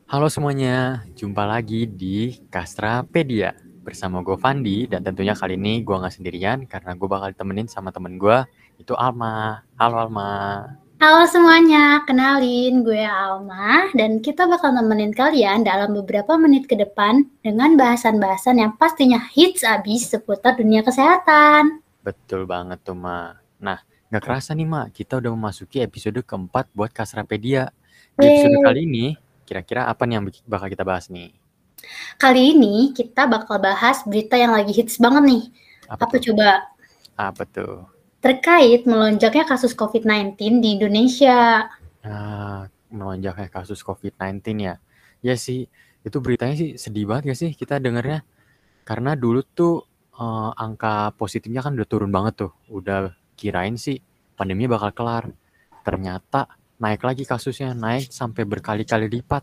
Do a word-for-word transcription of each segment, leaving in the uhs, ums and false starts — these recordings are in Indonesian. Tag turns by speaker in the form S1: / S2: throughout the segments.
S1: Halo semuanya, jumpa lagi di Kastrapedia bersama gue Fandi, dan tentunya kali ini gue nggak sendirian karena gue bakal ditemenin sama temen gue, itu Alma. Halo Alma.
S2: Halo semuanya, kenalin gue Alma dan kita bakal nemenin kalian dalam beberapa menit ke depan dengan bahasan-bahasan yang pastinya hits abis seputar dunia kesehatan.
S1: Betul banget tuh Ma. Nah, nggak kerasa nih Ma, kita udah memasuki episode keempat buat Kastrapedia. Di episode kali
S2: Yeay.
S1: ini, kira-kira apa nih yang bakal kita bahas nih?
S2: Kali ini kita bakal bahas berita yang lagi hits banget nih.
S1: Apa
S2: Apa
S1: tuh?
S2: coba?
S1: Apa tuh?
S2: Terkait melonjaknya kasus covid sembilan belas di Indonesia.
S1: Nah, melonjaknya kasus covid sembilan belas ya. Ya sih, itu beritanya sih sedih banget gak sih kita dengarnya. Karena dulu tuh eh, angka positifnya kan udah turun banget tuh. Udah kirain sih pandemi bakal kelar. Ternyata naik lagi kasusnya, naik sampai berkali-kali lipat.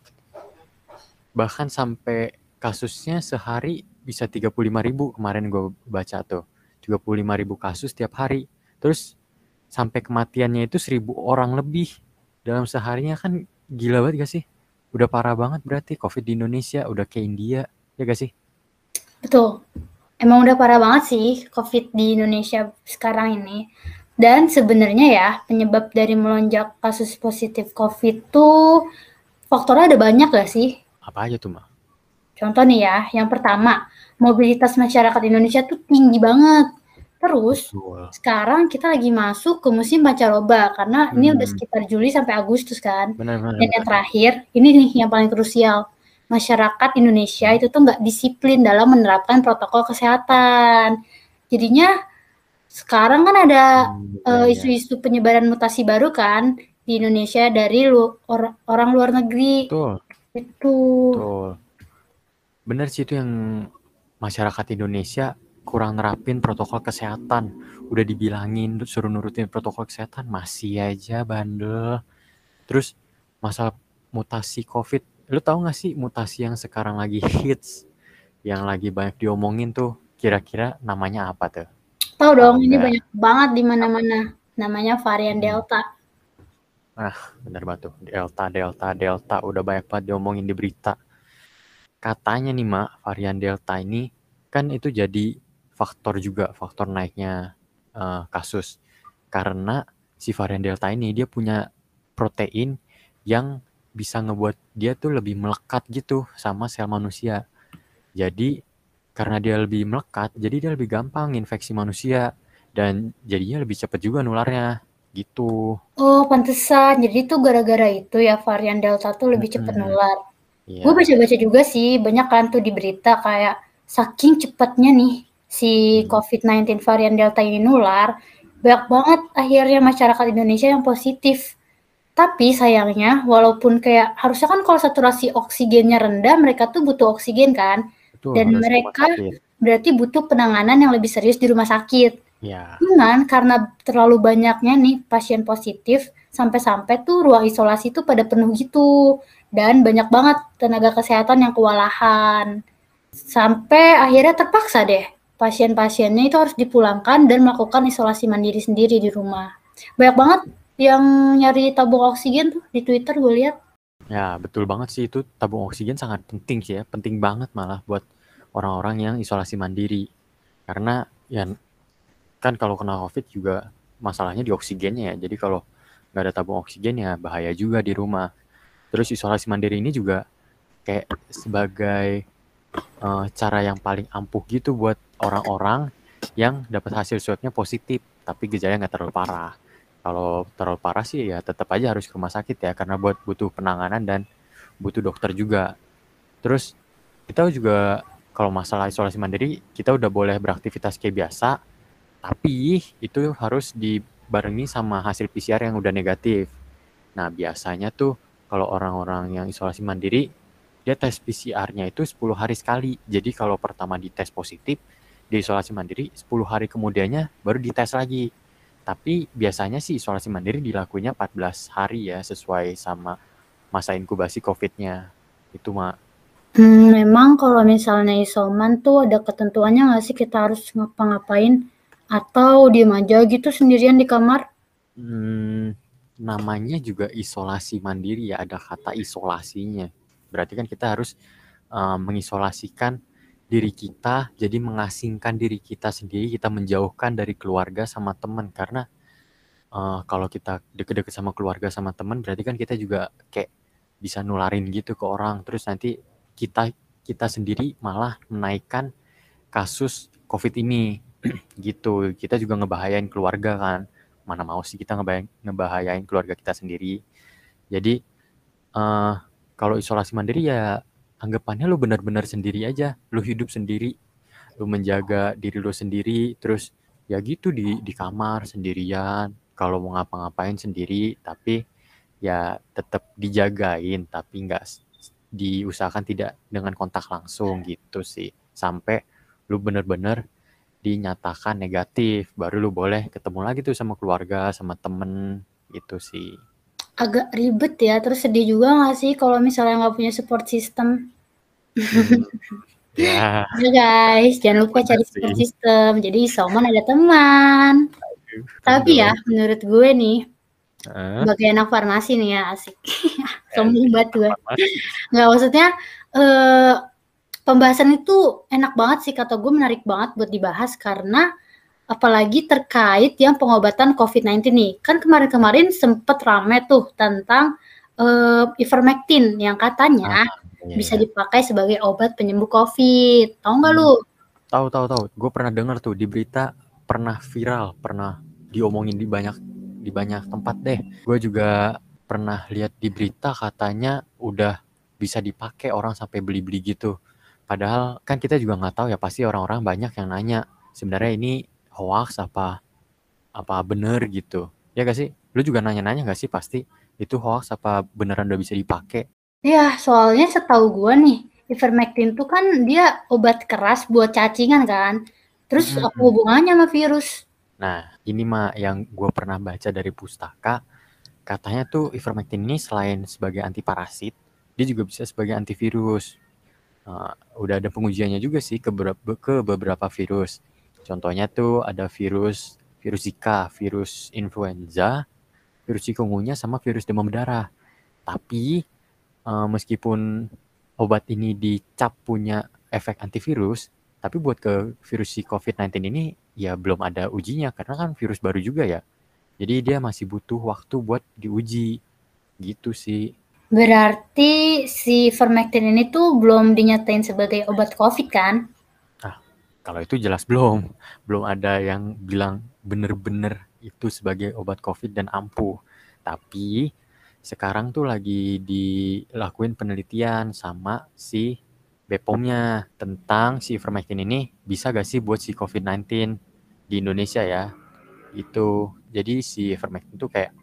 S1: Bahkan sampai kasusnya sehari bisa tiga puluh lima ribu kemarin gue baca tuh. tiga puluh lima ribu kasus tiap hari. Terus sampai kematiannya itu seribu orang lebih dalam seharinya, kan gila banget gak sih? Udah parah banget berarti COVID di Indonesia, udah kayak India, ya gak sih?
S2: Betul, emang udah parah banget sih COVID di Indonesia sekarang ini. Dan sebenarnya ya, penyebab dari melonjak kasus positif COVID tuh faktornya ada banyak gak sih?
S1: Apa aja tuh, mah?
S2: Contoh nih ya, yang pertama, mobilitas masyarakat Indonesia tuh tinggi banget. Terus,
S1: Betul.
S2: sekarang kita lagi masuk ke musim pancaroba, karena ini udah
S1: Hmm,
S2: sekitar Juli sampai Agustus kan.
S1: benar benar
S2: Dan yang
S1: benar.
S2: terakhir, ini nih yang paling krusial. Masyarakat Indonesia
S1: Hmm.
S2: itu tuh nggak disiplin dalam menerapkan protokol kesehatan. Jadinya sekarang kan ada
S1: Hmm, iya
S2: eh,
S1: iya.
S2: isu-isu penyebaran mutasi baru kan di Indonesia dari lu, or- orang luar negeri.
S1: Betul,
S2: Itu.
S1: betul. Benar sih itu yang masyarakat Indonesia kurang nerapin protokol kesehatan. Udah dibilangin suruh nurutin protokol kesehatan, masih aja bandel. Terus masalah mutasi COVID, lu tahu nggak sih mutasi yang sekarang lagi hits, yang lagi banyak diomongin tuh, kira-kira namanya apa tuh?
S2: Tahu
S1: Tahu
S2: dong, ini
S1: nggak?
S2: banyak banget di
S1: Apa
S2: mana-mana.
S1: tuh?
S2: Namanya varian
S1: Hmm.
S2: Delta.
S1: Ah, bener banget tuh. Delta, Delta, Delta. Udah banyak banget diomongin di berita. Katanya nih, Mak, varian Delta ini kan itu jadi faktor juga, faktor naiknya eh, kasus. Karena si varian Delta ini dia punya protein yang bisa ngebuat dia tuh lebih melekat gitu sama sel manusia. Jadi karena dia lebih melekat, jadi dia lebih gampang infeksi manusia dan jadinya lebih cepat juga nularnya gitu.
S2: Oh, pantesan. Jadi itu gara-gara itu ya varian Delta tuh lebih cepat
S1: Mm-mm.
S2: nular. Gue
S1: Iya.
S2: baca-baca juga sih, banyak kan tuh di berita kayak saking cepatnya nih si
S1: Hmm.
S2: covid sembilan belas varian Delta ini nular, banyak banget akhirnya masyarakat Indonesia yang positif. Tapi sayangnya, walaupun kayak harusnya kan kalau saturasi oksigennya rendah, mereka tuh butuh oksigen kan,
S1: Betul,
S2: dan
S1: harus ke rumah
S2: mereka
S1: sakit.
S2: berarti butuh penanganan yang lebih serius di rumah sakit.
S1: Ya,
S2: Cuman karena terlalu banyaknya nih pasien positif, sampai-sampai tuh ruang isolasi tuh pada penuh gitu. Dan banyak banget tenaga kesehatan yang kewalahan. Sampai akhirnya terpaksa deh pasien-pasiennya itu harus dipulangkan dan melakukan isolasi mandiri sendiri di rumah. Banyak banget yang nyari tabung oksigen tuh di Twitter gue lihat.
S1: ya betul banget sih, itu tabung oksigen sangat penting sih ya, penting banget malah buat orang-orang yang isolasi mandiri. Karena ya kan kalau kena COVID juga masalahnya di oksigennya ya. Jadi kalau nggak ada tabung oksigen ya bahaya juga di rumah. Terus isolasi mandiri ini juga kayak sebagai eh, cara yang paling ampuh gitu buat orang-orang yang dapat hasil swabnya positif, tapi gejalanya nggak terlalu parah. Kalau terlalu parah sih ya tetap aja harus ke rumah sakit ya, karena buat butuh penanganan dan butuh dokter juga. Terus kita juga kalau masalah isolasi mandiri, kita udah boleh beraktivitas kayak biasa, tapi itu harus dibarengi sama hasil P C R yang udah negatif. Nah, biasanya tuh kalau orang-orang yang isolasi mandiri, dia tes P C R-nya itu sepuluh hari sekali. Jadi kalau pertama dites positif, di isolasi mandiri, sepuluh hari kemudiannya baru dites lagi. Tapi biasanya sih isolasi mandiri dilakuinnya empat belas hari ya, sesuai sama masa inkubasi COVID-nya. Itu, Mak.
S2: Hmm, memang kalau misalnya isoman tuh ada ketentuannya nggak sih kita harus ngapa-ngapain? Atau diem aja gitu sendirian di kamar?
S1: Hmm, namanya juga isolasi mandiri ya, ada kata isolasinya. Berarti kan kita harus uh, mengisolasikan diri kita, jadi mengasingkan diri kita sendiri, kita menjauhkan dari keluarga sama teman. Karena uh, kalau kita deket-deket sama keluarga sama teman, berarti kan kita juga kayak bisa nularin gitu ke orang. Terus nanti kita kita sendiri malah menaikkan kasus COVID ini gitu. Kita juga ngebahayain keluarga kan. Mana mau sih kita ngebahayain, ngebahayain keluarga kita sendiri. Jadi uh, kalau isolasi mandiri ya anggapannya lu benar-benar sendiri aja. Lu hidup sendiri, lu menjaga diri lu sendiri, terus ya gitu di di kamar sendirian. Kalau mau ngapa-ngapain sendiri, tapi ya tetap dijagain, tapi nggak diusahakan tidak dengan kontak langsung gitu sih. Sampai lu bener-bener dinyatakan negatif, baru lu boleh ketemu lagi tuh sama keluarga, sama temen gitu sih.
S2: Agak ribet ya, terus sedih juga nggak sih kalau misalnya nggak punya support system?
S1: Hmm, ya.
S2: Ya guys, jangan lupa
S1: Bener
S2: cari
S1: sih.
S2: support system. Jadi isoman ada teman.
S1: Aduh,
S2: Tapi ya,
S1: dong.
S2: menurut gue nih,
S1: Uh,
S2: sebagai anak farmasi nih ya, asik. Sombong
S1: asik,
S2: banget gue.
S1: farmasi.
S2: Nggak, maksudnya eh, pembahasan itu enak banget sih, kata gue menarik banget buat dibahas karena apalagi terkait yang pengobatan covid sembilan belas nih. Kan kemarin-kemarin sempet rame tuh tentang uh, ivermectin yang katanya
S1: Ah, iya,
S2: bisa
S1: iya.
S2: dipakai sebagai obat penyembuh COVID. Tahu nggak
S1: Hmm,
S2: lu?
S1: tahu tahu tahu. Gue pernah dengar tuh di berita, pernah viral, pernah diomongin di banyak di banyak tempat deh. Gue juga pernah lihat di berita katanya udah bisa dipakai orang sampai beli-beli gitu. Padahal kan kita juga nggak tahu ya, pasti orang-orang banyak yang nanya sebenarnya ini hoax apa apa bener gitu. Ya gak sih? Lu juga nanya-nanya gak sih pasti itu hoax apa beneran udah bisa dipakai?
S2: Ya, soalnya setahu gue nih, ivermectin tuh kan dia obat keras buat cacingan kan. Terus apa
S1: Mm-mm.
S2: hubungannya sama virus?
S1: Nah, ini mah yang gue pernah baca dari pustaka, katanya tuh ivermectin ini selain sebagai antiparasit, dia juga bisa sebagai antivirus. Uh, udah ada pengujiannya juga sih ke beberapa, ke beberapa virus. Contohnya tuh ada virus virus Zika, virus influenza, virus chikungunya, sama virus demam berdarah. Tapi uh, meskipun obat ini dicap punya efek antivirus, tapi buat ke virus si covid sembilan belas ini ya belum ada ujinya karena kan virus baru juga ya. Jadi dia masih butuh waktu buat diuji gitu sih.
S2: Berarti si ivermectin ini tuh belum dinyatain sebagai obat COVID kan?
S1: Nah, kalau itu jelas belum. Belum ada yang bilang bener-bener itu sebagai obat COVID dan ampuh. Tapi sekarang tuh lagi dilakuin penelitian sama si B P O M-nya tentang si ivermectin ini bisa gak sih buat si covid sembilan belas di Indonesia ya. Itu. Jadi si ivermectin tuh kayak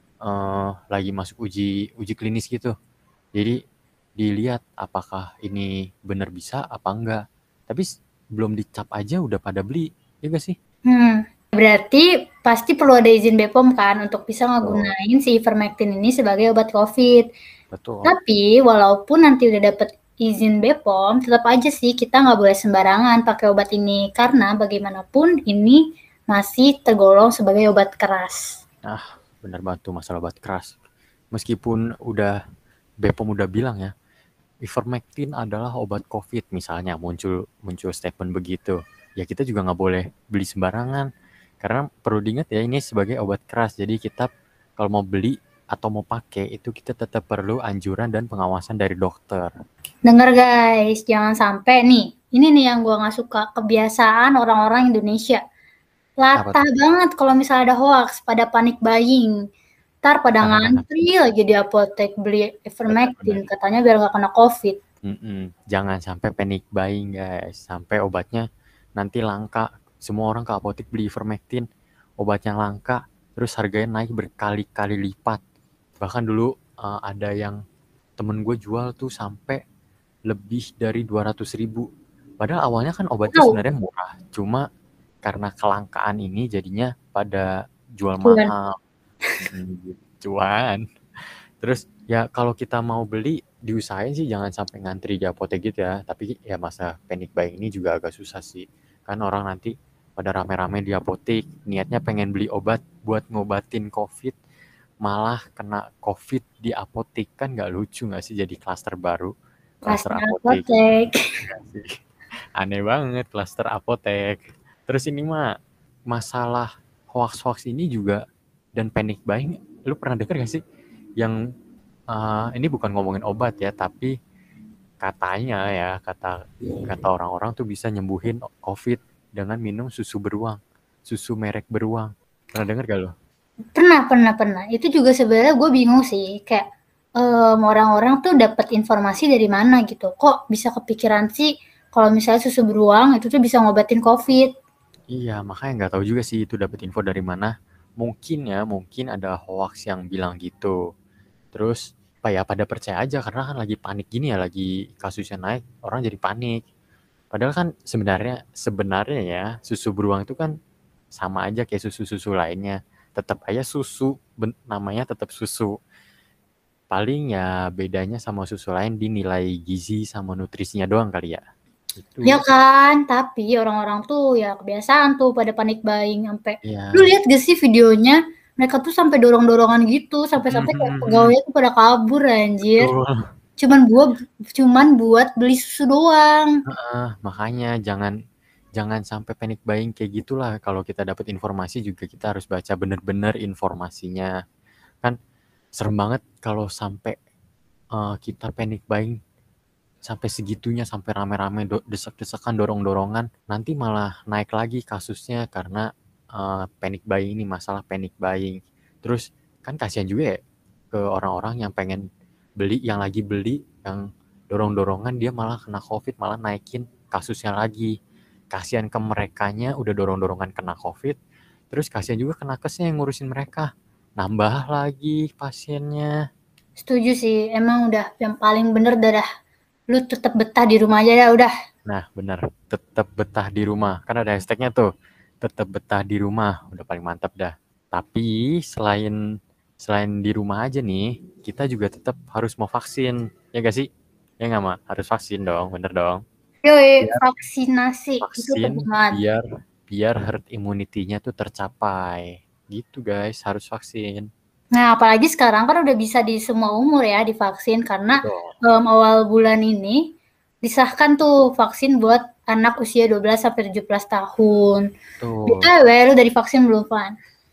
S1: uh, lagi masuk uji uji klinis gitu. Jadi dilihat apakah ini benar bisa apa enggak. Tapi belum dicap aja udah pada beli, ya gak sih?
S2: Hmm, berarti pasti perlu ada izin B P O M kan untuk bisa ngegunain si ivermectin ini sebagai obat COVID.
S1: Betul.
S2: Tapi walaupun nanti udah dapet izin B P O M, tetap aja sih kita nggak boleh sembarangan pakai obat ini karena bagaimanapun ini masih tergolong sebagai obat keras.
S1: Ah, benar banget tuh masalah obat keras. Meskipun udah B P O M udah bilang ya, ivermectin adalah obat COVID misalnya, muncul muncul statement begitu. Ya kita juga nggak boleh beli sembarangan. Karena perlu diingat ya ini sebagai obat keras. Jadi kita kalau mau beli atau mau pakai itu kita tetap perlu anjuran dan pengawasan dari dokter.
S2: Dengar guys, jangan sampai nih, ini nih yang gue nggak suka, kebiasaan orang-orang Indonesia. Latah banget kalau misalnya ada hoax, pada panik buying. Ntar pada ngantri lagi di apotek beli ivermectin, katanya biar nggak kena COVID.
S1: Mm-mm. Jangan sampai panic buying guys, sampai obatnya nanti langka. Semua orang ke apotek beli ivermectin, obatnya langka, terus harganya naik berkali-kali lipat. Bahkan dulu uh, ada yang temen gue jual tuh sampai lebih dari dua ratus ribu. Padahal awalnya kan obatnya
S2: Tahu.
S1: sebenarnya murah, cuma karena kelangkaan ini jadinya pada jual
S2: Cuan.
S1: mahal. Hmm, cuan. Terus ya kalau kita mau beli diusahain sih jangan sampai ngantri di apotek gitu ya. Tapi ya masa panic buying ini juga agak susah sih. Kan orang nanti pada rame-rame di apotek niatnya pengen beli obat buat ngobatin COVID, malah kena COVID di apotek. Kan nggak lucu nggak sih jadi klaster baru, klaster
S2: Klaster
S1: apotek.
S2: apotek.
S1: Nggak sih? Aneh banget klaster apotek. Terus ini mah masalah hoax-hoax ini juga dan panic buying. Lu pernah denger gak sih yang uh, ini bukan ngomongin obat ya, tapi katanya ya kata kata orang-orang tuh bisa nyembuhin COVID dengan minum susu beruang, susu merek beruang. Pernah denger gak lo?
S2: Pernah, pernah, pernah. Itu juga sebenarnya gue bingung sih, kayak um, orang-orang tuh dapat informasi dari mana gitu. Kok bisa kepikiran sih kalau misalnya susu beruang itu tuh bisa ngobatin COVID?
S1: Iya, makanya nggak tahu juga sih itu dapat info dari mana. Mungkin ya, mungkin ada hoax yang bilang gitu. Terus apa ya, pada percaya aja karena kan lagi panik gini ya, lagi kasusnya naik, orang jadi panik. Padahal kan sebenarnya sebenarnya ya susu beruang itu kan sama aja kayak susu-susu lainnya. Tetap aja susu, ben- namanya tetap susu. Paling ya bedanya sama susu lain di nilai gizi sama nutrisinya doang kali ya.
S2: Ya
S1: Itu.
S2: kan, tapi orang-orang tuh ya kebiasaan tuh pada panik buying sampai lu
S1: Ya.
S2: lihat gak sih videonya? Mereka tuh sampai dorong-dorongan gitu, sampai-sampai kayak pegawainya tuh pada kabur anjir.
S1: Betul.
S2: Cuman buat cuman buat beli susu doang.
S1: Heeh, makanya jangan jangan sampai panic buying kayak gitulah. Kalau kita dapat informasi juga kita harus baca bener-bener informasinya. Kan serem banget kalau sampai uh, kita panic buying sampai segitunya, sampai rame-rame do- desek-desekan, dorong-dorongan, nanti malah naik lagi kasusnya karena uh, panic buying ini, masalah panic buying. Terus kan kasihan juga ya ke orang-orang yang pengen beli, yang lagi beli, yang dorong-dorongan dia malah kena COVID, malah naikin kasusnya lagi. Kasihan ke merekanya udah dorong-dorongan kena COVID, terus kasihan juga ke nakesnya yang ngurusin mereka. Nambah lagi pasiennya.
S2: Setuju sih, emang udah yang paling bener dah. Lu tetap betah di rumah aja ya udah.
S1: Nah, benar. Tetap betah di rumah. Kan ada hashtagnya tuh. Tetap betah di rumah. Udah paling mantap dah. Tapi selain selain di rumah aja nih, kita juga tetap harus mau vaksin. Ya gak sih? Ya nggak, Ma? Harus vaksin dong. Bener dong.
S2: Yoi,
S1: Biar
S2: vaksinasi itu
S1: vaksin,
S2: penting banget.
S1: biar biar herd immunity-nya tuh tercapai. Gitu guys, harus vaksin.
S2: Nah, apalagi sekarang kan udah bisa di semua umur ya divaksin karena
S1: Betul.
S2: um, awal bulan ini disahkan tuh vaksin buat anak usia dua belas sampai tujuh belas tahun. B T
S1: Tuh.
S2: W, lu udah divaksin belum, Van?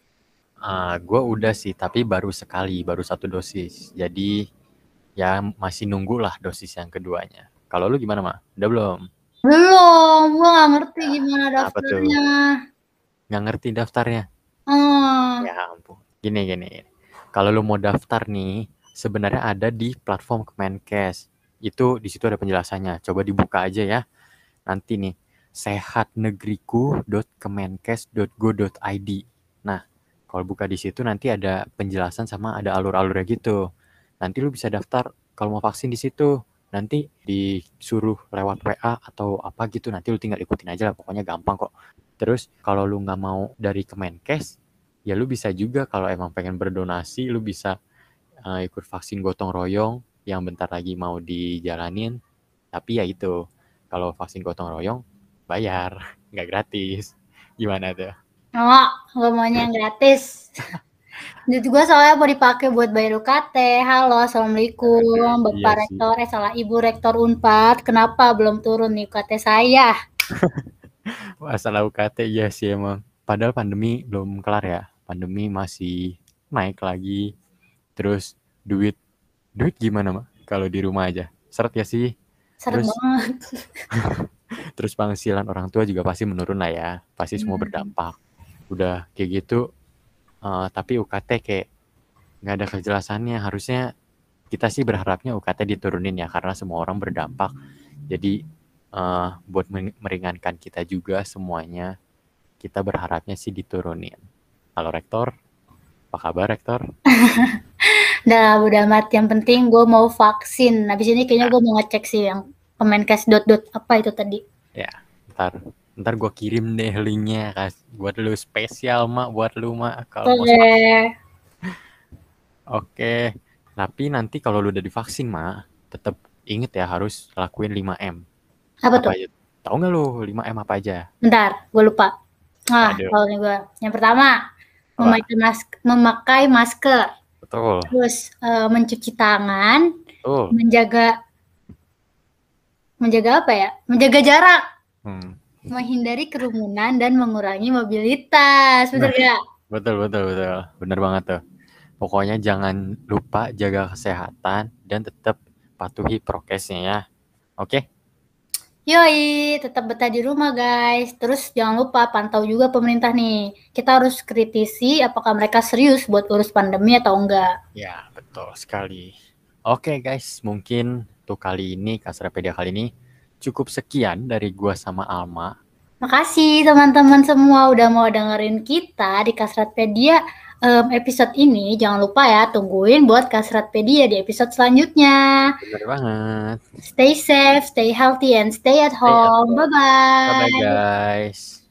S1: Uh, gue udah sih, tapi baru sekali, baru satu dosis. Jadi ya masih nunggu lah dosis yang keduanya. Kalau lu gimana, Ma? Udah belum?
S2: Belum, gua nggak ngerti gimana
S1: Apa tuh?
S2: daftarnya.
S1: Nggak ngerti daftarnya?
S2: Hmm.
S1: Ya ampun. Gini, gini. Kalau lu mau daftar nih, sebenarnya ada di platform Kemenkes. Itu di situ ada penjelasannya. Coba dibuka aja ya. Nanti nih, sehatnegriku dot kemenkes dot go dot i d. Nah, kalau buka di situ nanti ada penjelasan sama ada alur-alurnya gitu. Nanti lu bisa daftar kalau mau vaksin di situ. Nanti disuruh lewat W A atau apa gitu. Nanti lu tinggal ikutin aja lah. Pokoknya gampang kok. Terus kalau lu nggak mau dari Kemenkes, ya lu bisa juga kalau emang pengen berdonasi, lu bisa uh, ikut vaksin gotong royong yang bentar lagi mau dijalanin. Tapi ya itu, kalau vaksin gotong royong bayar, nggak gratis. Gimana tuh?
S2: Oh, gak maunya yang gratis. Duit gue soalnya mau dipakai buat bayar U K T. Halo, Assalamualaikum.
S1: Iya
S2: Bapak
S1: sih.
S2: Rektor, eh salah Ibu Rektor Unpad. Kenapa belum turun nih U K T saya?
S1: Masalah U K T iya sih emang. Padahal pandemi belum kelar ya. Pandemi masih naik lagi. Terus duit, duit gimana mah? Kalau di rumah aja, seret ya sih.
S2: Seret
S1: Terus
S2: banget.
S1: terus penghasilan orang tua juga pasti menurun lah ya. Pasti semua
S2: Hmm.
S1: berdampak. Udah kayak gitu, uh, tapi U K T kayak nggak ada kejelasannya. Harusnya kita sih berharapnya U K T diturunin ya, karena semua orang berdampak. Jadi uh, buat meringankan kita juga semuanya, kita berharapnya sih diturunin. Halo Rektor, apa kabar Rektor?
S2: Udah, udah amat. Yang penting gue mau vaksin. Habis ini kayaknya gue mau ngecek sih yang Kemenkes dot dot apa itu tadi.
S1: Ya, ntar ntar gue kirim deh linknya kas buat lu spesial mak, buat lu mak kalau mau vaksin.
S2: Oke.
S1: Oke, tapi nanti kalau lu udah divaksin mak, tetap inget ya harus lakuin lima M.
S2: Apa
S1: Apa
S2: tuh?
S1: aja? Tahu nggak lu lima M apa aja?
S2: Bentar, gue lupa. Ah,
S1: Aduh,
S2: tahu nih gue. Yang pertama,
S1: apa?
S2: memakai masker, memakai masker.
S1: Betul.
S2: Terus uh, mencuci tangan,
S1: Betul.
S2: menjaga menjaga apa ya? Menjaga jarak,
S1: Hmm.
S2: menghindari kerumunan dan mengurangi mobilitas. Betul
S1: Nah,
S2: gak?
S1: betul betul betul. Bener banget tuh. Pokoknya jangan lupa jaga kesehatan dan tetap patuhi prokesnya ya. Oke?
S2: Yoi, tetap betah di rumah guys. Terus jangan lupa pantau juga pemerintah nih. Kita harus kritisi apakah mereka serius buat urus pandemi atau enggak.
S1: Ya, betul sekali. Oke guys, mungkin untuk kali ini, Kasrepedia kali ini cukup sekian dari gua sama Alma.
S2: Makasih teman-teman semua udah mau dengerin kita di Kasratpedia um, episode ini. Jangan lupa ya, tungguin buat Kasratpedia di episode selanjutnya.
S1: Bener banget.
S2: Stay safe, stay healthy, and stay at
S1: Stay at
S2: home.
S1: home.
S2: Bye-bye.
S1: Bye-bye guys.